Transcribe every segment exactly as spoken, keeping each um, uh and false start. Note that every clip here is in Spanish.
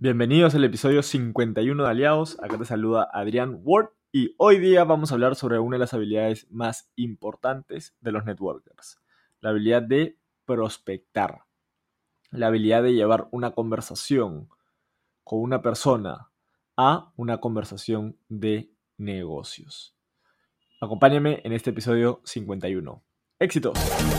Bienvenidos al episodio cincuenta y uno de Aliados. Acá te saluda Adrián Ward y hoy día vamos a hablar sobre una de las habilidades más importantes de los networkers, la habilidad de prospectar, la habilidad de llevar una conversación con una persona a una conversación de negocios. Acompáñame en este episodio cincuenta y uno. ¡Éxitos!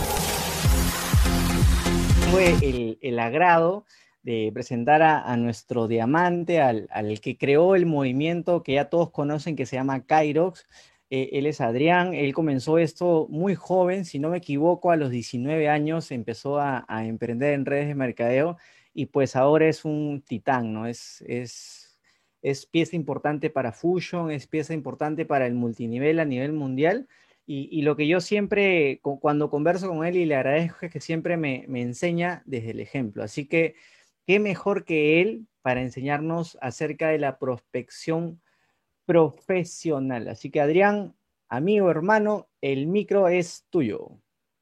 Fue el, el agrado de presentar a, a nuestro diamante, al, al que creó el movimiento que ya todos conocen, que se llama Kairos. Eh, él es Adrián, él comenzó esto muy joven, si no me equivoco, a los diecinueve años empezó a, a emprender en redes de mercadeo y pues ahora es un titán, ¿no? Es, es, es pieza importante para Fusion, es pieza importante para el multinivel a nivel mundial. Y, y lo que yo siempre, cu- cuando converso con él y le agradezco es que siempre me, me enseña desde el ejemplo. Así que, ¿qué mejor que él para enseñarnos acerca de la prospección profesional? Así que, Adrián, amigo, hermano, el micro es tuyo.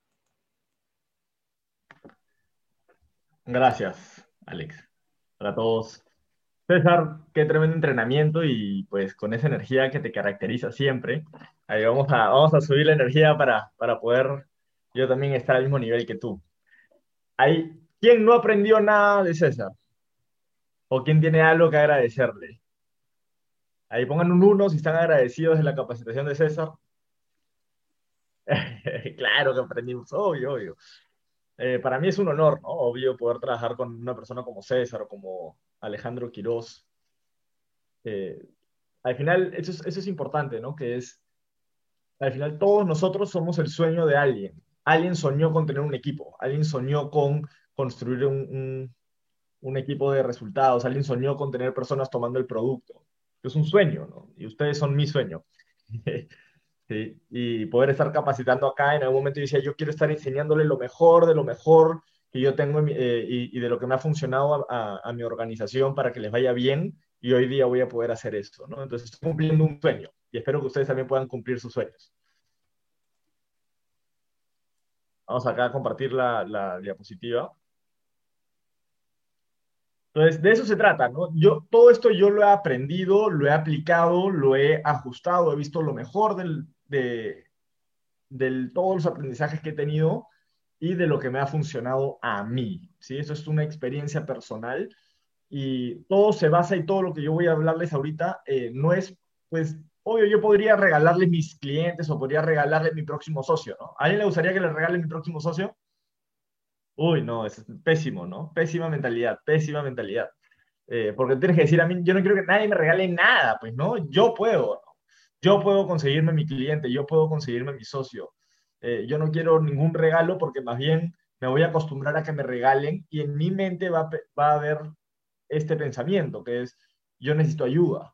Gracias, Alex. Para todos. César, qué tremendo entrenamiento y pues con esa energía que te caracteriza siempre. Ahí vamos a, vamos a subir la energía para, para poder yo también estar al mismo nivel que tú. Ahí, ¿quién no aprendió nada de César? ¿O quién tiene algo que agradecerle? Ahí pongan un uno si están agradecidos de la capacitación de César. Claro que aprendimos, obvio, obvio. Eh, para mí es un honor, ¿no? Obvio poder trabajar con una persona como César o como Alejandro Quirós. Eh, Al final, eso es, eso es importante, ¿no? Que es, al final todos nosotros somos el sueño de alguien. Alguien soñó con tener un equipo, alguien soñó con construir un, un, un equipo de resultados, alguien soñó con tener personas tomando el producto. Es un sueño, ¿no? Y ustedes son mi sueño. Sí, y poder estar capacitando acá, en algún momento yo decía, yo quiero estar enseñándole lo mejor de lo mejor que yo tengo en mi- eh, y, y de lo que me ha funcionado a, a- a mi organización para que les vaya bien, y hoy día voy a poder hacer esto, ¿no? Entonces estoy cumpliendo un sueño y espero que ustedes también puedan cumplir sus sueños. Vamos acá a compartir la, la diapositiva. Entonces, de eso se trata, ¿no? Yo, todo esto yo lo he aprendido, lo he aplicado, lo he ajustado, he visto lo mejor del, de, de todos los aprendizajes que he tenido y de lo que me ha funcionado a mí, ¿sí? Eso es una experiencia personal y todo se basa y todo lo que yo voy a hablarles ahorita eh, no es, pues, obvio, yo podría regalarle mis clientes o podría regalarle mi próximo socio, ¿no? ¿A alguien le gustaría que le regale mi próximo socio? Uy, no, es pésimo, ¿no? Pésima mentalidad, pésima mentalidad. Eh, porque tienes que decir a mí, yo no quiero que nadie me regale nada, pues, ¿no? Yo puedo, ¿no? Yo puedo conseguirme mi cliente, yo puedo conseguirme mi socio. Eh, yo no quiero ningún regalo porque más bien me voy a acostumbrar a que me regalen y en mi mente va, a pe- va a haber este pensamiento que es, yo necesito ayuda.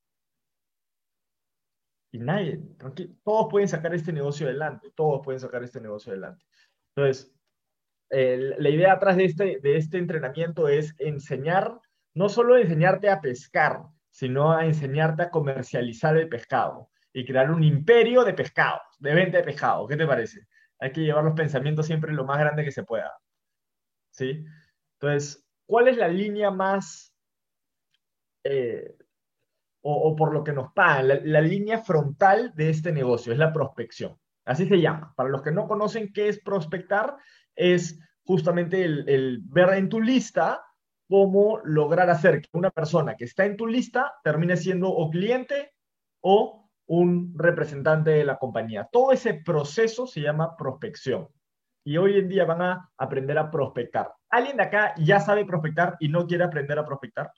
Y nadie, tranqui- todos pueden sacar este negocio adelante, todos pueden sacar este negocio adelante. Entonces, eh, la idea atrás de este, de este entrenamiento es enseñar, no solo enseñarte a pescar, sino a enseñarte a comercializar el pescado y crear un imperio de pescado, de venta de pescado. ¿Qué te parece? Hay que llevar los pensamientos siempre lo más grande que se pueda, ¿sí? Entonces, ¿cuál es la línea más, eh, o, o por lo que nos pagan, la, la línea frontal de este negocio? Es la prospección. Así se llama. Para los que no conocen qué es prospectar, es justamente el, el ver en tu lista cómo lograr hacer que una persona que está en tu lista termine siendo o cliente o un representante de la compañía. Todo ese proceso se llama prospección. Y hoy en día van a aprender a prospectar. ¿Alguien de acá ya sabe prospectar y no quiere aprender a prospectar?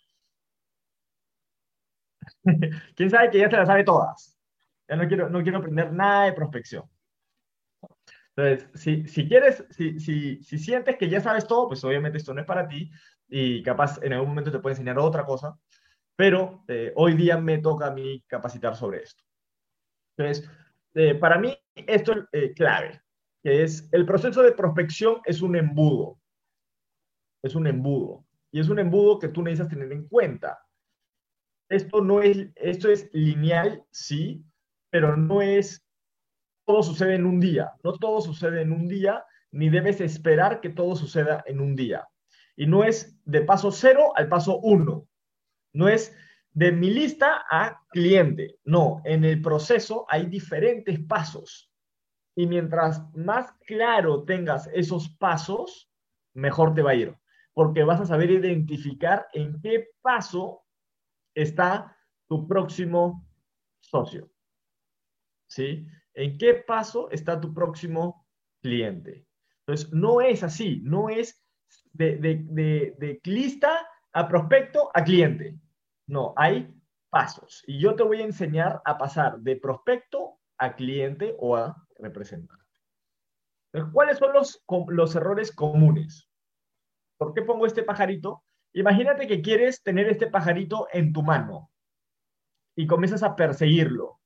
¿Quién sabe que ya se las sabe todas? Ya no quiero, no quiero aprender nada de prospección. Entonces, si, si quieres, si, si, si sientes que ya sabes todo, pues obviamente esto no es para ti y capaz en algún momento te puede enseñar otra cosa, pero eh, hoy día me toca a mí capacitar sobre esto. Entonces, eh, para mí esto es eh, clave, que es el proceso de prospección es un embudo, es un embudo, y es un embudo que tú necesitas tener en cuenta. Esto no es, esto es lineal, sí, pero no es todo sucede en un día. No todo sucede en un día, ni debes esperar que todo suceda en un día. Y no es de paso cero al paso uno. No es de mi lista a cliente. No, en el proceso hay diferentes pasos. Y mientras más claro tengas esos pasos, mejor te va a ir. Porque vas a saber identificar en qué paso está tu próximo socio. ¿Sí? ¿En qué paso está tu próximo cliente? Entonces, no es así, no es de, de, de, de lista a prospecto a cliente. No, hay pasos. Y yo te voy a enseñar a pasar de prospecto a cliente o a representante. Entonces, ¿cuáles son los, los errores comunes? ¿Por qué pongo este pajarito? Imagínate que quieres tener este pajarito en tu mano y comienzas a perseguirlo.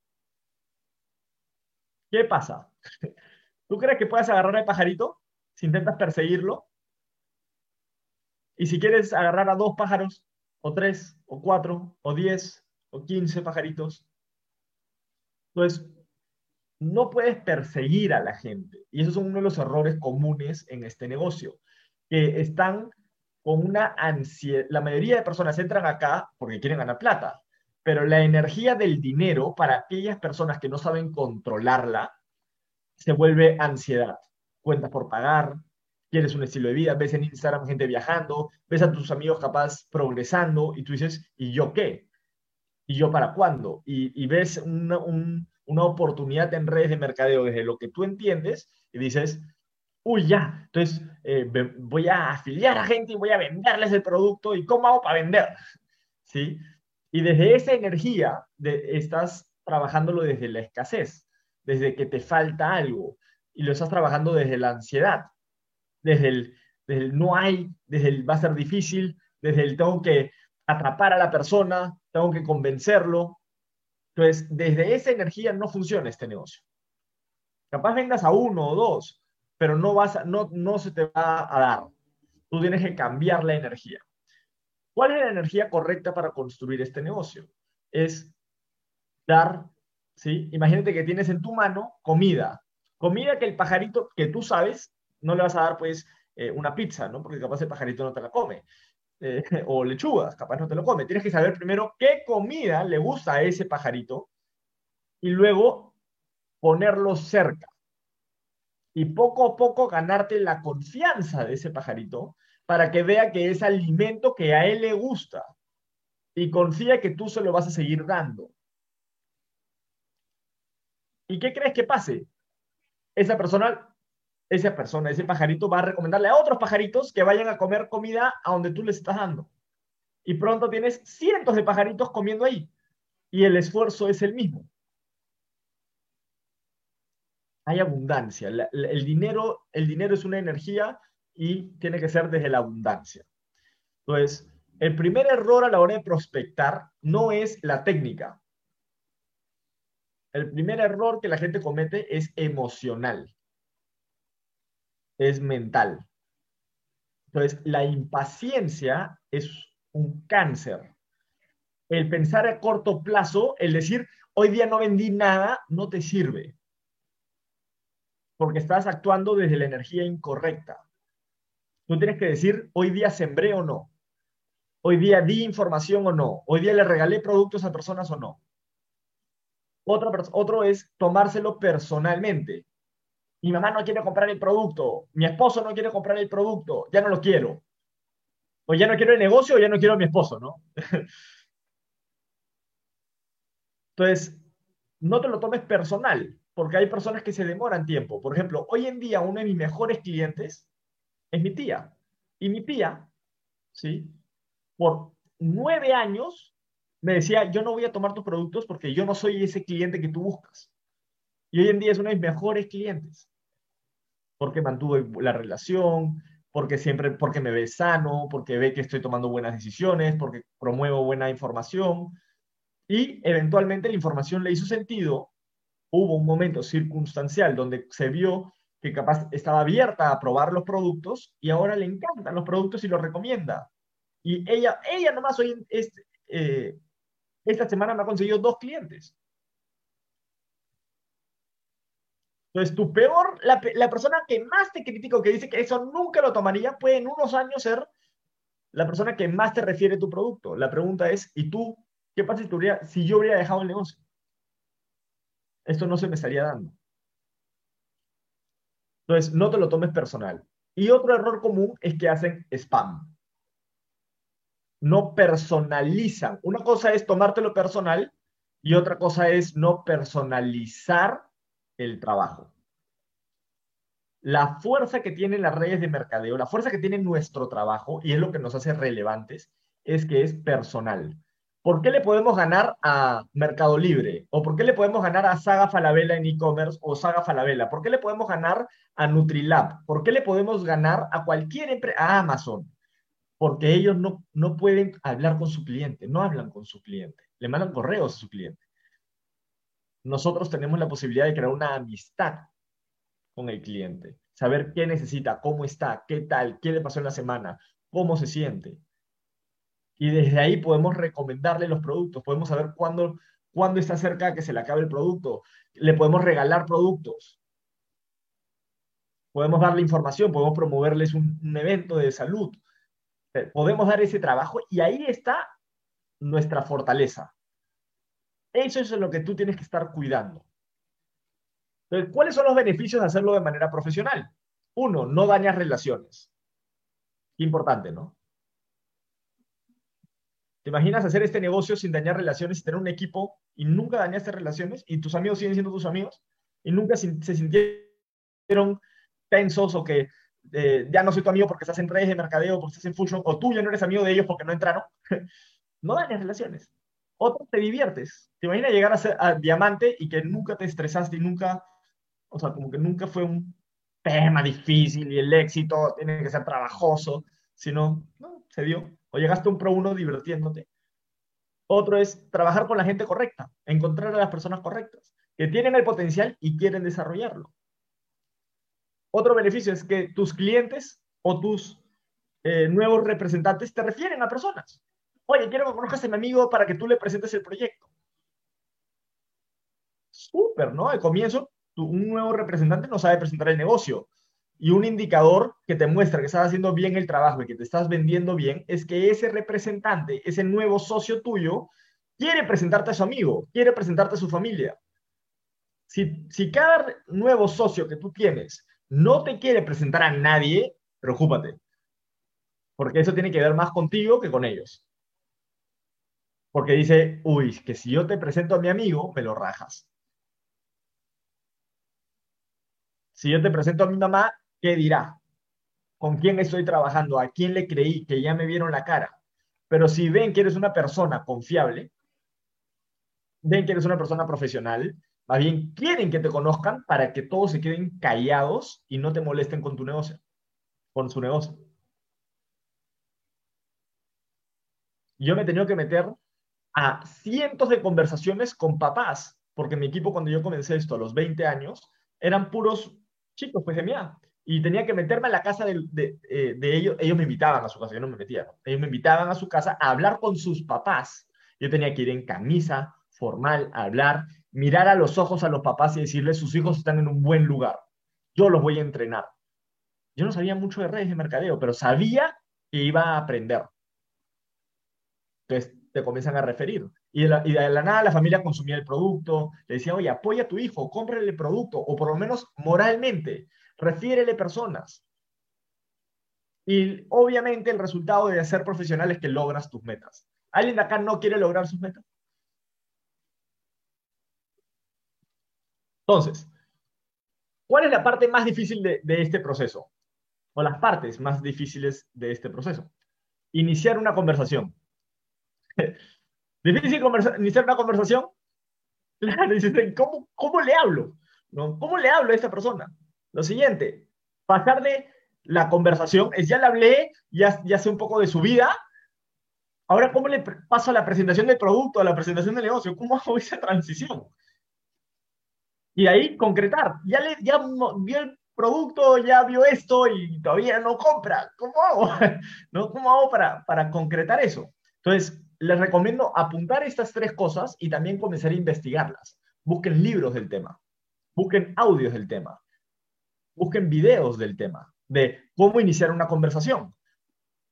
¿Qué pasa? ¿Tú crees que puedas agarrar al pajarito si intentas perseguirlo? Y si quieres agarrar a dos pájaros, o tres, o cuatro, o diez, o quince pajaritos, pues no puedes perseguir a la gente. Y esos son uno de los errores comunes en este negocio, que están con una ansiedad. La mayoría de personas entran acá porque quieren ganar plata, pero la energía del dinero para aquellas personas que no saben controlarla se vuelve ansiedad. Cuentas por pagar, quieres un estilo de vida, ves en Instagram gente viajando, ves a tus amigos capaz progresando y tú dices, ¿y yo qué? ¿Y yo para cuándo? Y, y ves una, un, una oportunidad en redes de mercadeo desde lo que tú entiendes y dices, uy, ya, entonces eh, voy a afiliar a gente y voy a venderles el producto y ¿cómo hago para vender? ¿Sí? Y desde esa energía de, estás trabajándolo desde la escasez, desde que te falta algo y lo estás trabajando desde la ansiedad, desde el, desde el no hay, desde el va a ser difícil, desde el tengo que atrapar a la persona, tengo que convencerlo. Entonces, desde esa energía no funciona este negocio. Capaz vendas a uno o dos, pero no, vas a, no, no se te va a dar. Tú tienes que cambiar la energía. ¿Cuál es la energía correcta para construir este negocio? Es dar, ¿sí? Imagínate que tienes en tu mano comida. Comida que el pajarito, que tú sabes, no le vas a dar pues eh, una pizza, ¿no? Porque capaz el pajarito no te la come. Eh, o lechugas, capaz no te lo come. Tienes que saber primero qué comida le gusta a ese pajarito y luego ponerlo cerca. Y poco a poco ganarte la confianza de ese pajarito para que vea que es alimento que a él le gusta y confía que tú se lo vas a seguir dando. ¿Y qué crees que pase? Esa persona, esa persona, ese pajarito va a recomendarle a otros pajaritos que vayan a comer comida a donde tú les estás dando. Y pronto tienes cientos de pajaritos comiendo ahí. Y el esfuerzo es el mismo. Hay abundancia. La, la, el, dinero, el dinero es una energía y tiene que ser desde la abundancia. Entonces, el primer error a la hora de prospectar no es la técnica. El primer error que la gente comete es emocional, es mental. Entonces, la impaciencia es un cáncer. El pensar a corto plazo, el decir, hoy día no vendí nada, no te sirve. Porque estás actuando desde la energía incorrecta. Tú tienes que decir, hoy día sembré o no. Hoy día di información o no. Hoy día le regalé productos a personas o no. Otro, otro es tomárselo personalmente. Mi mamá no quiere comprar el producto. Mi esposo no quiere comprar el producto. Ya no lo quiero. O ya no quiero el negocio o ya no quiero a mi esposo, ¿no? Entonces, no te lo tomes personal, porque hay personas que se demoran tiempo. Por ejemplo, hoy en día uno de mis mejores clientes es mi tía. Y mi tía, ¿sí? Por nueve años me decía, yo no voy a tomar tus productos porque yo no soy ese cliente que tú buscas. Y hoy en día es uno de mis mejores clientes. Porque mantuve la relación, porque siempre, porque me ve sano, porque ve que estoy tomando buenas decisiones, porque promuevo buena información. Y eventualmente la información le hizo sentido. Hubo un momento circunstancial donde se vio que capaz estaba abierta a probar los productos y ahora le encantan los productos y los recomienda. Y ella, ella nomás hoy, es, eh, esta semana me ha conseguido dos clientes. Entonces, tu peor, la, la persona que más te critica, que dice que eso nunca lo tomaría, puede en unos años ser la persona que más te refiere tu producto. La pregunta es, ¿y tú? ¿Qué pasa si, tú hubiera- si yo hubiera dejado el negocio? Esto no se me estaría dando. Entonces, no te lo tomes personal. Y otro error común es que hacen spam. No personalizan. Una cosa es tomártelo personal y otra cosa es no personalizar el trabajo. La fuerza que tienen las redes de mercadeo, la fuerza que tiene nuestro trabajo, y es lo que nos hace relevantes, es que es personal. ¿Por qué le podemos ganar a Mercado Libre? ¿O por qué le podemos ganar a Saga Falabella en e-commerce o Saga Falabella? ¿Por qué le podemos ganar a Nutrilab? ¿Por qué le podemos ganar a cualquier empresa, a Amazon? Porque ellos no, no pueden hablar con su cliente, no hablan con su cliente, le mandan correos a su cliente. Nosotros tenemos la posibilidad de crear una amistad con el cliente, saber qué necesita, cómo está, qué tal, qué le pasó en la semana, cómo se siente. Y desde ahí podemos recomendarle los productos, podemos saber cuándo, cuándo está cerca de que se le acabe el producto, le podemos regalar productos, podemos darle información, podemos promoverles un, un evento de salud, podemos dar ese trabajo y ahí está nuestra fortaleza. Eso es lo que tú tienes que estar cuidando. Entonces, ¿cuáles son los beneficios de hacerlo de manera profesional? Uno, no dañas relaciones. Importante, ¿no? ¿Te imaginas hacer este negocio sin dañar relaciones y tener un equipo y nunca dañaste relaciones y tus amigos siguen siendo tus amigos y nunca se sintieron tensos o que eh, ya no soy tu amigo porque estás en redes de mercadeo, porque estás en Fusion, o tú ya no eres amigo de ellos porque no entraron? No dañas relaciones. Otro, te diviertes. ¿Te imaginas llegar a ser a diamante y que nunca te estresaste y nunca, o sea, como que nunca fue un tema difícil y el éxito tiene que ser trabajoso, sino, no, se dio. O llegaste a un pro uno divirtiéndote. Otro es trabajar con la gente correcta, encontrar a las personas correctas, que tienen el potencial y quieren desarrollarlo. Otro beneficio es que tus clientes o tus eh, nuevos representantes te refieren a personas. Oye, quiero que conozcas a mi amigo para que tú le presentes el proyecto. Súper, ¿no? Al comienzo, tu, un nuevo representante no sabe presentar el negocio. Y un indicador que te muestra que estás haciendo bien el trabajo y que te estás vendiendo bien es que ese representante, ese nuevo socio tuyo, quiere presentarte a su amigo, quiere presentarte a su familia. Si, si cada nuevo socio que tú tienes no te quiere presentar a nadie, preocúpate, porque eso tiene que ver más contigo que con ellos. Porque dice, uy, que si yo te presento a mi amigo, me lo rajas. Si yo te presento a mi mamá, ¿qué dirá? ¿Con quién estoy trabajando? ¿A quién le creí? Que ya me vieron la cara. Pero si ven que eres una persona confiable, ven que eres una persona profesional, más bien quieren que te conozcan para que todos se queden callados y no te molesten con tu negocio, con su negocio. Yo me he tenido que meter a cientos de conversaciones con papás, porque mi equipo cuando yo comencé esto a los veinte años, eran puros chicos pues de mi edad. Y tenía que meterme a la casa de, de, eh, de ellos. Ellos me invitaban a su casa, yo no me metía. ¿No? Ellos me invitaban a su casa a hablar con sus papás. Yo tenía que ir en camisa, formal, a hablar, mirar a los ojos a los papás y decirles, sus hijos están en un buen lugar. Yo los voy a entrenar. Yo no sabía mucho de redes de mercadeo, pero sabía que iba a aprender. Entonces te comienzan a referir. Y de, la, y de la nada la familia consumía el producto, le decía, oye, apoya a tu hijo, cómprale el producto, o por lo menos moralmente, refiérele personas. Y obviamente el resultado de ser profesional es que logras tus metas. ¿Alguien de acá no quiere lograr sus metas? Entonces, ¿cuál es la parte más difícil de, de este proceso? O las partes más difíciles de este proceso. Iniciar una conversación. ¿Difícil conversa iniciar una conversación? Claro, dices, ¿cómo, cómo le hablo? ¿No? ¿Cómo le hablo a esta persona? Lo siguiente, pasar de la conversación es ya le hablé, ya, ya sé un poco de su vida, ahora ¿cómo le paso a la presentación del producto, a la presentación del negocio? ¿Cómo hago esa transición? Y ahí concretar, ya, le, ya vio el producto, ya vio esto y todavía no compra, ¿cómo hago? ¿No? ¿Cómo hago para, para concretar eso? Entonces, les recomiendo apuntar estas tres cosas y también comenzar a investigarlas. Busquen libros del tema, busquen audios del tema, busquen videos del tema, de cómo iniciar una conversación.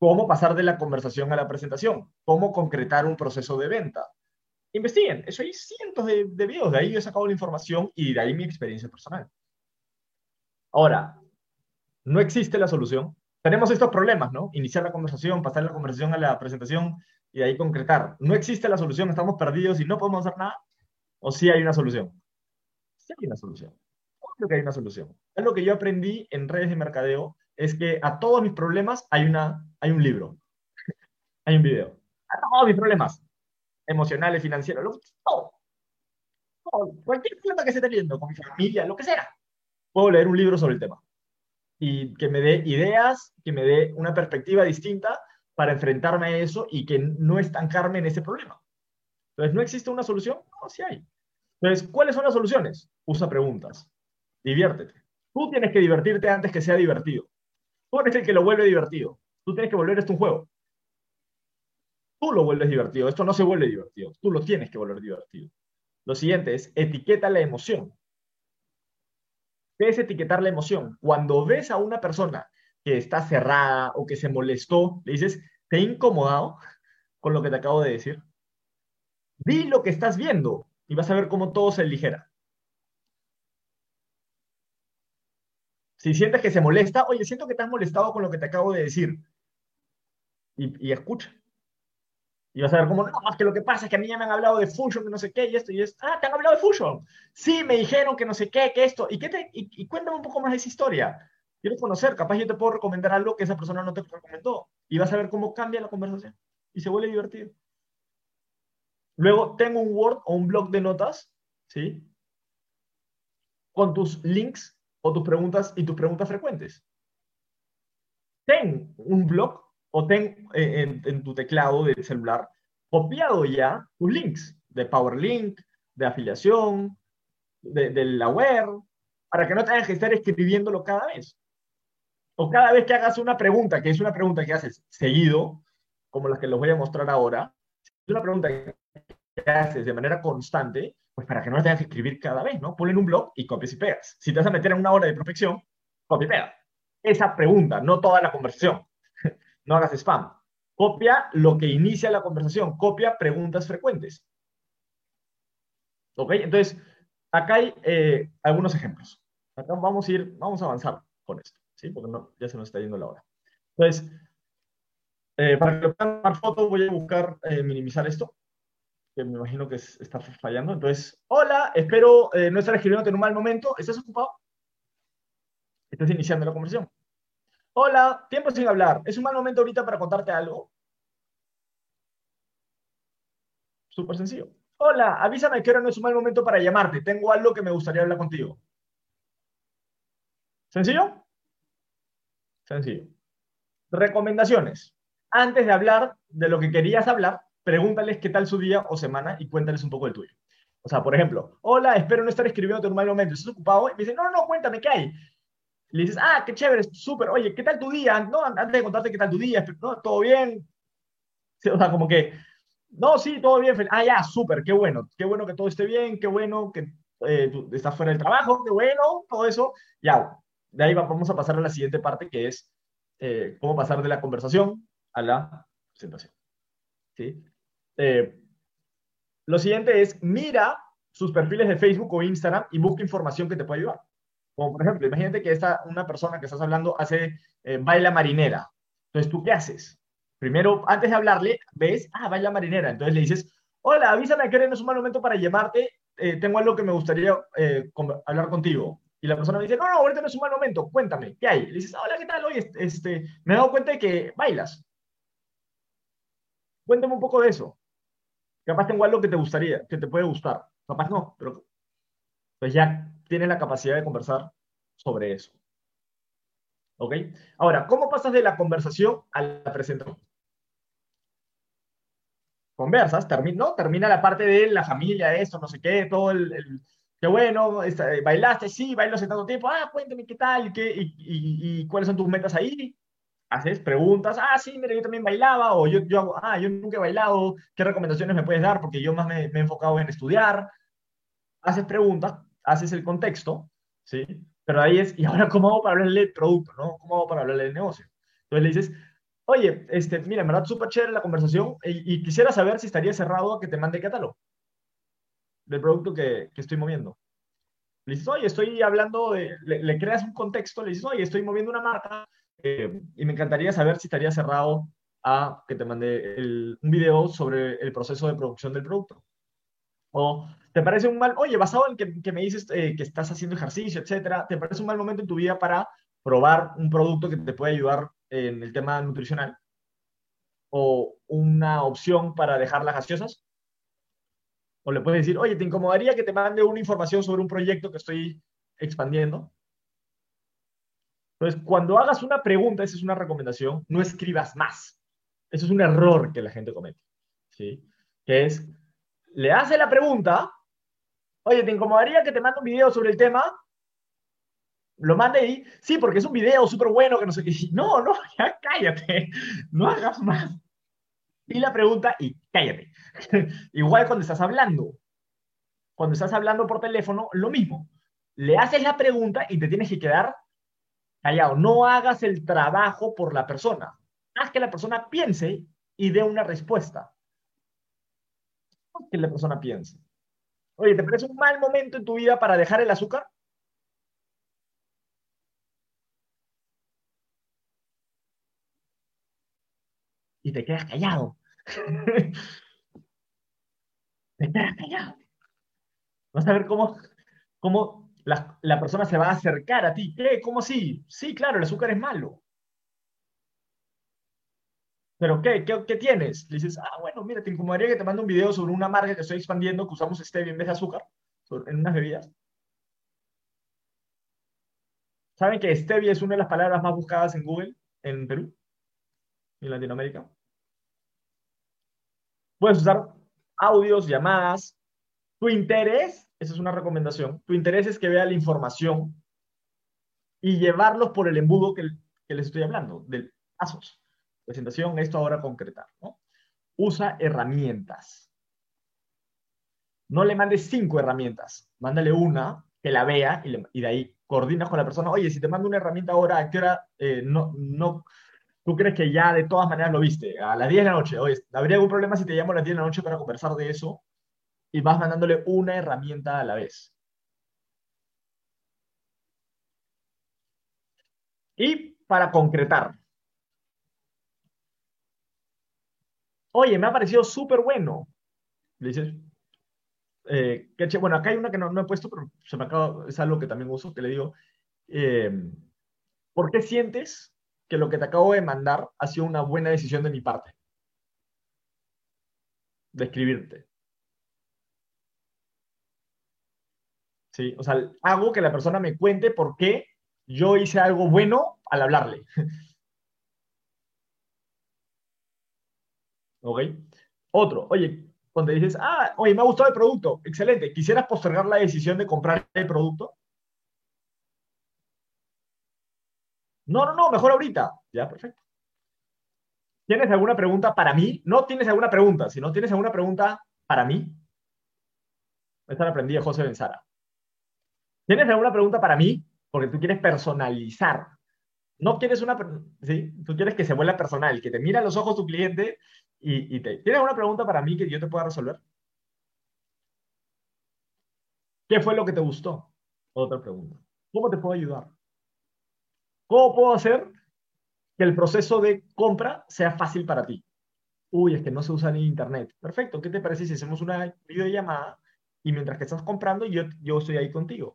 cómo pasar de la conversación a la presentación, cómo concretar un proceso de venta. Investiguen, eso hay cientos de, de videos, de ahí yo he sacado la información y de ahí mi experiencia personal. Ahora, no existe la solución. Tenemos estos problemas, ¿no? Iniciar la conversación, pasar la conversación a la presentación y de ahí concretar. No existe la solución, estamos perdidos y no podemos hacer nada. ¿O sí hay una solución? Sí hay una solución. Creo que hay una solución. Es lo que yo aprendí en redes de mercadeo, es que a todos mis problemas hay, una, hay un libro, hay un video. A todos mis problemas emocionales, financieros, lo, todo, todo, cualquier problema que esté teniendo con mi familia, lo que sea, puedo leer un libro sobre el tema y que me dé ideas, que me dé una perspectiva distinta para enfrentarme a eso y que no estancarme en ese problema. Entonces, ¿no existe una solución? No, sí hay. Entonces, ¿cuáles son las soluciones? Usa preguntas. Diviértete. Tú tienes que divertirte antes que sea divertido. Tú eres el que lo vuelve divertido. Tú tienes que volver esto un juego. Tú lo vuelves divertido. Esto no se vuelve divertido. Tú lo tienes que volver divertido. Lo siguiente es, etiqueta la emoción. ¿Qué es etiquetar la emoción? Cuando ves a una persona que está cerrada o que se molestó, le dices, ¿te he incomodado con lo que te acabo de decir? Di lo que estás viendo y vas a ver cómo todo se aligera. Si sientes que se molesta, oye, siento que te has molestado con lo que te acabo de decir. Y, y escucha. Y vas a ver cómo, no, es que lo que pasa es que a mí ya me han hablado de Fusion, que no sé qué, y esto, y esto. Ah, te han hablado de Fusion. Sí, me dijeron que no sé qué, que esto. ¿Y, qué te, y, y cuéntame un poco más de esa historia. Quiero conocer, capaz yo te puedo recomendar algo que esa persona no te recomendó. Y vas a ver cómo cambia la conversación. Y se vuelve divertido. Luego, tengo un Word o un blog de notas, ¿sí? Con tus links o tus preguntas y tus preguntas frecuentes. Ten un blog o ten eh, en, en tu teclado del celular copiado ya tus links de PowerLink, de afiliación, de, de la web, para que no tengas que estar escribiéndolo cada vez. O cada vez que hagas una pregunta, que es una pregunta que haces seguido, como las que les voy a mostrar ahora, es una pregunta que haces de manera constante, pues para que no la tengas que escribir cada vez, ¿no? Ponle en un blog y copias y pegas. Si te vas a meter en una hora de prospección, copia y pega. Esa pregunta, no toda la conversación. No hagas spam. Copia lo que inicia la conversación. Copia preguntas frecuentes. ¿Ok? Entonces, acá hay eh, algunos ejemplos. Acá vamos a ir, vamos a avanzar con esto, ¿sí? Porque no, ya se nos está yendo la hora. Entonces, eh, para que lo puedan tomar fotos, voy a buscar eh, minimizar esto, que me imagino que es, está fallando. Entonces, hola, espero eh, no estar escribiéndote en un mal momento. ¿Estás ocupado? Estás iniciando la conversación. Hola, tiempo sin hablar. ¿Es un mal momento ahorita para contarte algo? Súper sencillo. Hola, avísame que ahora no es un mal momento para llamarte. Tengo algo que me gustaría hablar contigo. ¿Sencillo? Sencillo. Recomendaciones. Antes de hablar de lo que querías hablar, pregúntales qué tal su día o semana y cuéntales un poco del tuyo. O sea, por ejemplo, hola, espero no estar escribiendo en un mal momento. ¿Estás ocupado? Y me dicen, no, no, cuéntame, ¿qué hay? Y le dices, ah, qué chévere, súper. Oye, ¿qué tal tu día? No, antes de contarte qué tal tu día, no, ¿todo bien? O sea, como que, no, sí, todo bien. Ah, ya, súper, qué bueno. Qué bueno que todo esté bien, qué bueno que eh, tú estás fuera del trabajo, qué bueno, todo eso. Ya, de ahí vamos a pasar a la siguiente parte, que es eh, cómo pasar de la conversación a la presentación. ¿Sí? Eh, lo siguiente es, mira sus perfiles de Facebook o Instagram y busca información que te pueda ayudar. Como por ejemplo, imagínate que esta, una persona que estás hablando hace eh, baila marinera. Entonces, ¿tú qué haces? Primero, antes de hablarle, ves, ah, baila marinera. Entonces le dices, hola, avísame que no es un mal momento para llamarte. Eh, tengo algo que me gustaría eh, con, hablar contigo. Y la persona me dice, no, no, ahorita no es un mal momento, cuéntame, ¿qué hay? Y le dices, hola, ¿qué tal? Oye, este, me he dado cuenta de que bailas. Cuéntame un poco de eso. Capaz tengo algo que te gustaría, que te puede gustar. Capaz no, pero pues ya tienes la capacidad de conversar sobre eso. ¿Ok? Ahora, ¿cómo pasas de la conversación a la presentación? Conversas, termina, ¿no? Termina la parte de la familia, esto, no sé qué, todo el, el qué bueno, esta, bailaste, sí, bailo hace tanto tiempo, ah, cuéntame qué tal, qué, y, y, y cuáles son tus metas ahí. Haces preguntas, ah, sí, mira, yo también bailaba, o yo, yo hago, ah, yo nunca he bailado, ¿qué recomendaciones me puedes dar? Porque yo más me, me he enfocado en estudiar. Haces preguntas, haces el contexto, ¿sí? Pero ahí es, ¿y ahora cómo hago para hablarle del producto, no? ¿Cómo hago para hablarle del negocio? Entonces le dices, oye, este, mira, en verdad súper chévere la conversación y, y quisiera saber si estaría cerrado a que te mande el catálogo del producto que, que estoy moviendo. Le dices, oye, estoy hablando de, le, le creas un contexto, le dices, oye, estoy moviendo una marca eh, y me encantaría saber si estaría cerrado a que te mande el- un video sobre el proceso de producción del producto. O te parece un mal, oye, basado en que, que me dices eh, que estás haciendo ejercicio, etcétera, ¿te parece un mal momento en tu vida para probar un producto que te puede ayudar en el tema nutricional? ¿O una opción para dejar las gaseosas? O le puedes decir, oye, ¿te incomodaría que te mande una información sobre un proyecto que estoy expandiendo? Entonces, cuando hagas una pregunta, esa es una recomendación, no escribas más. Eso es un error que la gente comete, ¿sí? Que es, le hace la pregunta, oye, ¿te incomodaría que te mande un video sobre el tema? Lo mande y, sí, porque es un video súper bueno, que no sé qué. No, no, ya cállate, no hagas más. Y la pregunta y cállate. Igual cuando estás hablando. Cuando estás hablando por teléfono, lo mismo. Le haces la pregunta y te tienes que quedar callado. No hagas el trabajo por la persona. Haz que la persona piense y dé una respuesta. Haz que la persona piense. Oye, ¿te parece un mal momento en tu vida para dejar el azúcar? Y te quedas callado. Te quedas callado. Vas a ver cómo, cómo la, la persona se va a acercar a ti. ¿Qué? ¿Cómo sí? Sí, claro, el azúcar es malo. ¿Pero qué? ¿Qué, qué tienes? Le dices, ah, bueno, mira, te incomodaría que te mande un video sobre una marca que estoy expandiendo que usamos stevia en vez de azúcar sobre- en unas bebidas. ¿Saben que stevia es una de las palabras más buscadas en Google en Perú y en Latinoamérica? Puedes usar audios, llamadas. Tu interés, esa es una recomendación, tu interés es que vea la información y llevarlos por el embudo que, que les estoy hablando, de pasos. Presentación, esto ahora concretar, ¿no? Usa herramientas. No le mandes cinco herramientas, mándale una que la vea y, le- y de ahí coordinas con la persona. Oye, si te mando una herramienta ahora, ¿a qué hora eh, no, no, tú crees que ya de todas maneras lo viste? A las diez de la noche. Oye, ¿habría algún problema si te llamo a las diez de la noche para conversar de eso? Y vas mandándole una herramienta a la vez. Y para concretar, oye, me ha parecido súper bueno. Le dices, eh, qué ché- bueno, acá hay una que no, no he puesto, pero se me acaba, es algo que también uso, que le digo, eh, ¿por qué sientes que lo que te acabo de mandar ha sido una buena decisión de mi parte? De escribirte. ¿Sí? O sea, hago que la persona me cuente por qué yo hice algo bueno al hablarle. ¿Ok? Otro, oye, cuando dices, ah, oye, me ha gustado el producto, excelente, ¿quisieras postergar la decisión de comprar el producto? No, no, no, mejor ahorita. Ya, perfecto. ¿Tienes alguna pregunta para mí? No tienes alguna pregunta, si no tienes alguna pregunta para mí. Esta la aprendí de José Benzara. ¿Tienes alguna pregunta para mí? Porque tú quieres personalizar. No quieres una, per- ¿sí? Tú quieres que se vuelva personal, que te mira a los ojos tu cliente y, y te... ¿Tienes alguna pregunta para mí que yo te pueda resolver? ¿Qué fue lo que te gustó? Otra pregunta. ¿Cómo te puedo ayudar? ¿Cómo puedo hacer que el proceso de compra sea fácil para ti? Uy, es que no se usa ni internet. Perfecto. ¿Qué te parece si hacemos una videollamada y mientras que estás comprando, yo, yo estoy ahí contigo?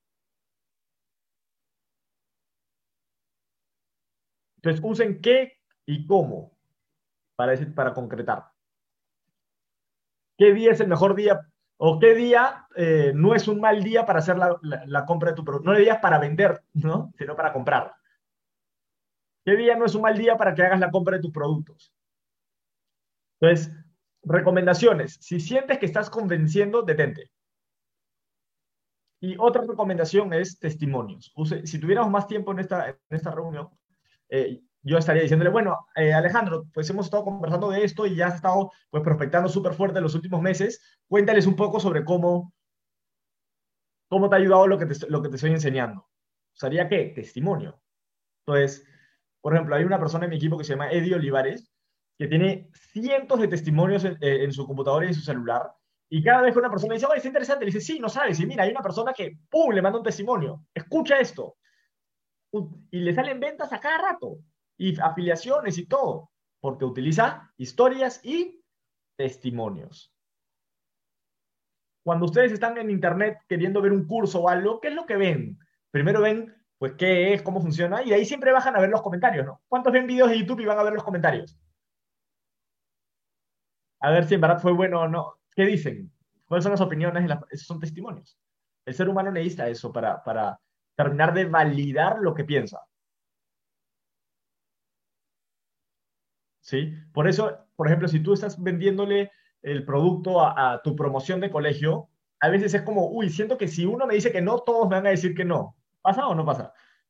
Entonces, usen qué y cómo para, decir, para concretar. ¿Qué día es el mejor día? ¿O qué día eh, no es un mal día para hacer la, la, la compra de tu producto? No hay días para vender, ¿no? Sino para comprar. ¿Qué día no es un mal día para que hagas la compra de tus productos? Entonces, recomendaciones. Si sientes que estás convenciendo, detente. Y otra recomendación es testimonios. Use, si tuviéramos más tiempo en esta, en esta reunión, eh, yo estaría diciéndole, bueno, eh, Alejandro, pues hemos estado conversando de esto y ya has estado pues, prospectando súper fuerte en los últimos meses. Cuéntales un poco sobre cómo, cómo te ha ayudado lo que te, lo que te estoy enseñando. ¿Usaría qué? Testimonio. Entonces, Por ejemplo, hay una persona en mi equipo que se llama Eddie Olivares, que tiene cientos de testimonios en, en su computadora y en su celular, y cada vez que una persona dice, oye, es interesante, le dice, sí, no sabes, y mira, hay una persona que, ¡pum!, le manda un testimonio, escucha esto, y le salen ventas a cada rato, y afiliaciones y todo, porque utiliza historias y testimonios. Cuando ustedes están en internet queriendo ver un curso o algo, ¿qué es lo que ven? Primero ven, pues, qué es, cómo funciona, y de ahí siempre bajan a ver los comentarios, ¿no? ¿Cuántos ven videos de YouTube y van a ver los comentarios? A ver si en verdad fue bueno o no. ¿Qué dicen? ¿Cuáles son las opiniones? De las... Esos son testimonios. El ser humano necesita eso para, para terminar de validar lo que piensa. ¿Sí? Por eso, por ejemplo, si tú estás vendiéndole el producto a, a tu promoción de colegio, a veces es como, uy, siento que si uno me dice que no, todos me van a decir que no. ¿Pasa o no pasa?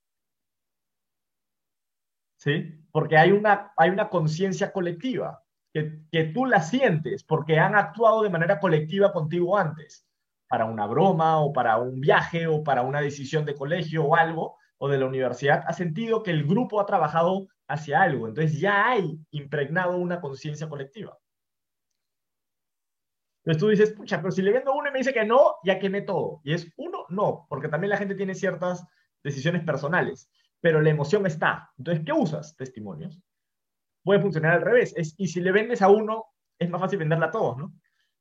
¿Sí? Porque hay una, hay una conciencia colectiva que, que tú la sientes porque han actuado de manera colectiva contigo antes, para una broma o para un viaje o para una decisión de colegio o algo, o de la universidad, has sentido que el grupo ha trabajado hacia algo. Entonces ya hay impregnado una conciencia colectiva. Entonces tú dices, pucha, pero si le vendo uno y me dice que no, ya quemé todo. Y es uno, no, porque también la gente tiene ciertas decisiones personales, pero la emoción está. Entonces, ¿qué usas? Testimonios. Puede funcionar al revés. Es, y si le vendes a uno, es más fácil venderla a todos, ¿no?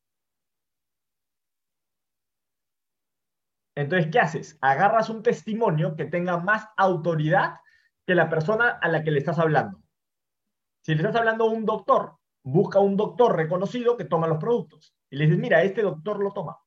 Entonces, ¿qué haces? Agarras un testimonio que tenga más autoridad que la persona a la que le estás hablando. Si le estás hablando a un doctor, busca un doctor reconocido que toma los productos. Y le dices, mira, este doctor lo toma.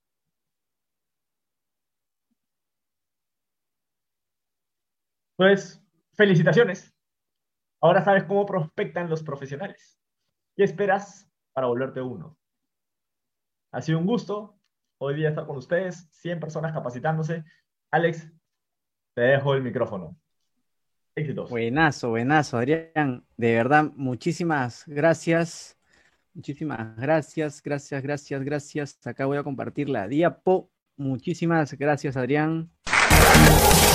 Entonces, felicitaciones. Ahora sabes cómo prospectan los profesionales. ¿Qué esperas para volverte uno? Ha sido un gusto hoy día estar con ustedes, cien personas capacitándose. Alex, te dejo el micrófono. Éxitos. Buenazo, buenazo, Adrián. De verdad, muchísimas gracias. Muchísimas gracias, gracias, gracias, gracias. Acá voy a compartir la diapo. Muchísimas gracias, Adrián.